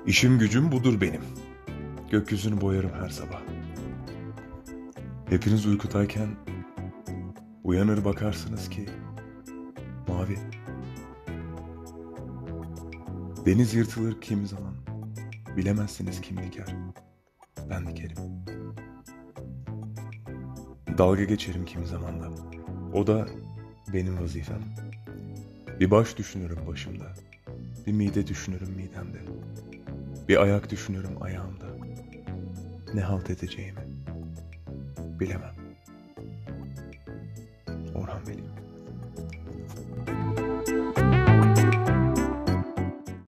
İşim gücüm budur benim. Gökyüzünü boyarım her sabah. Hepiniz uykudayken uyanır bakarsınız ki mavi. Deniz yırtılır kimi zaman. Bilemezsiniz kim diker. Ben dikerim. Dalga geçerim kimi zaman da. O da benim vazifem. Bir baş düşünürüm başımda. Bir mide düşünürüm midemde. Bir ayak düşünürüm ayağımda. Ne halt edeceğimi bilemem. Orhan Veli.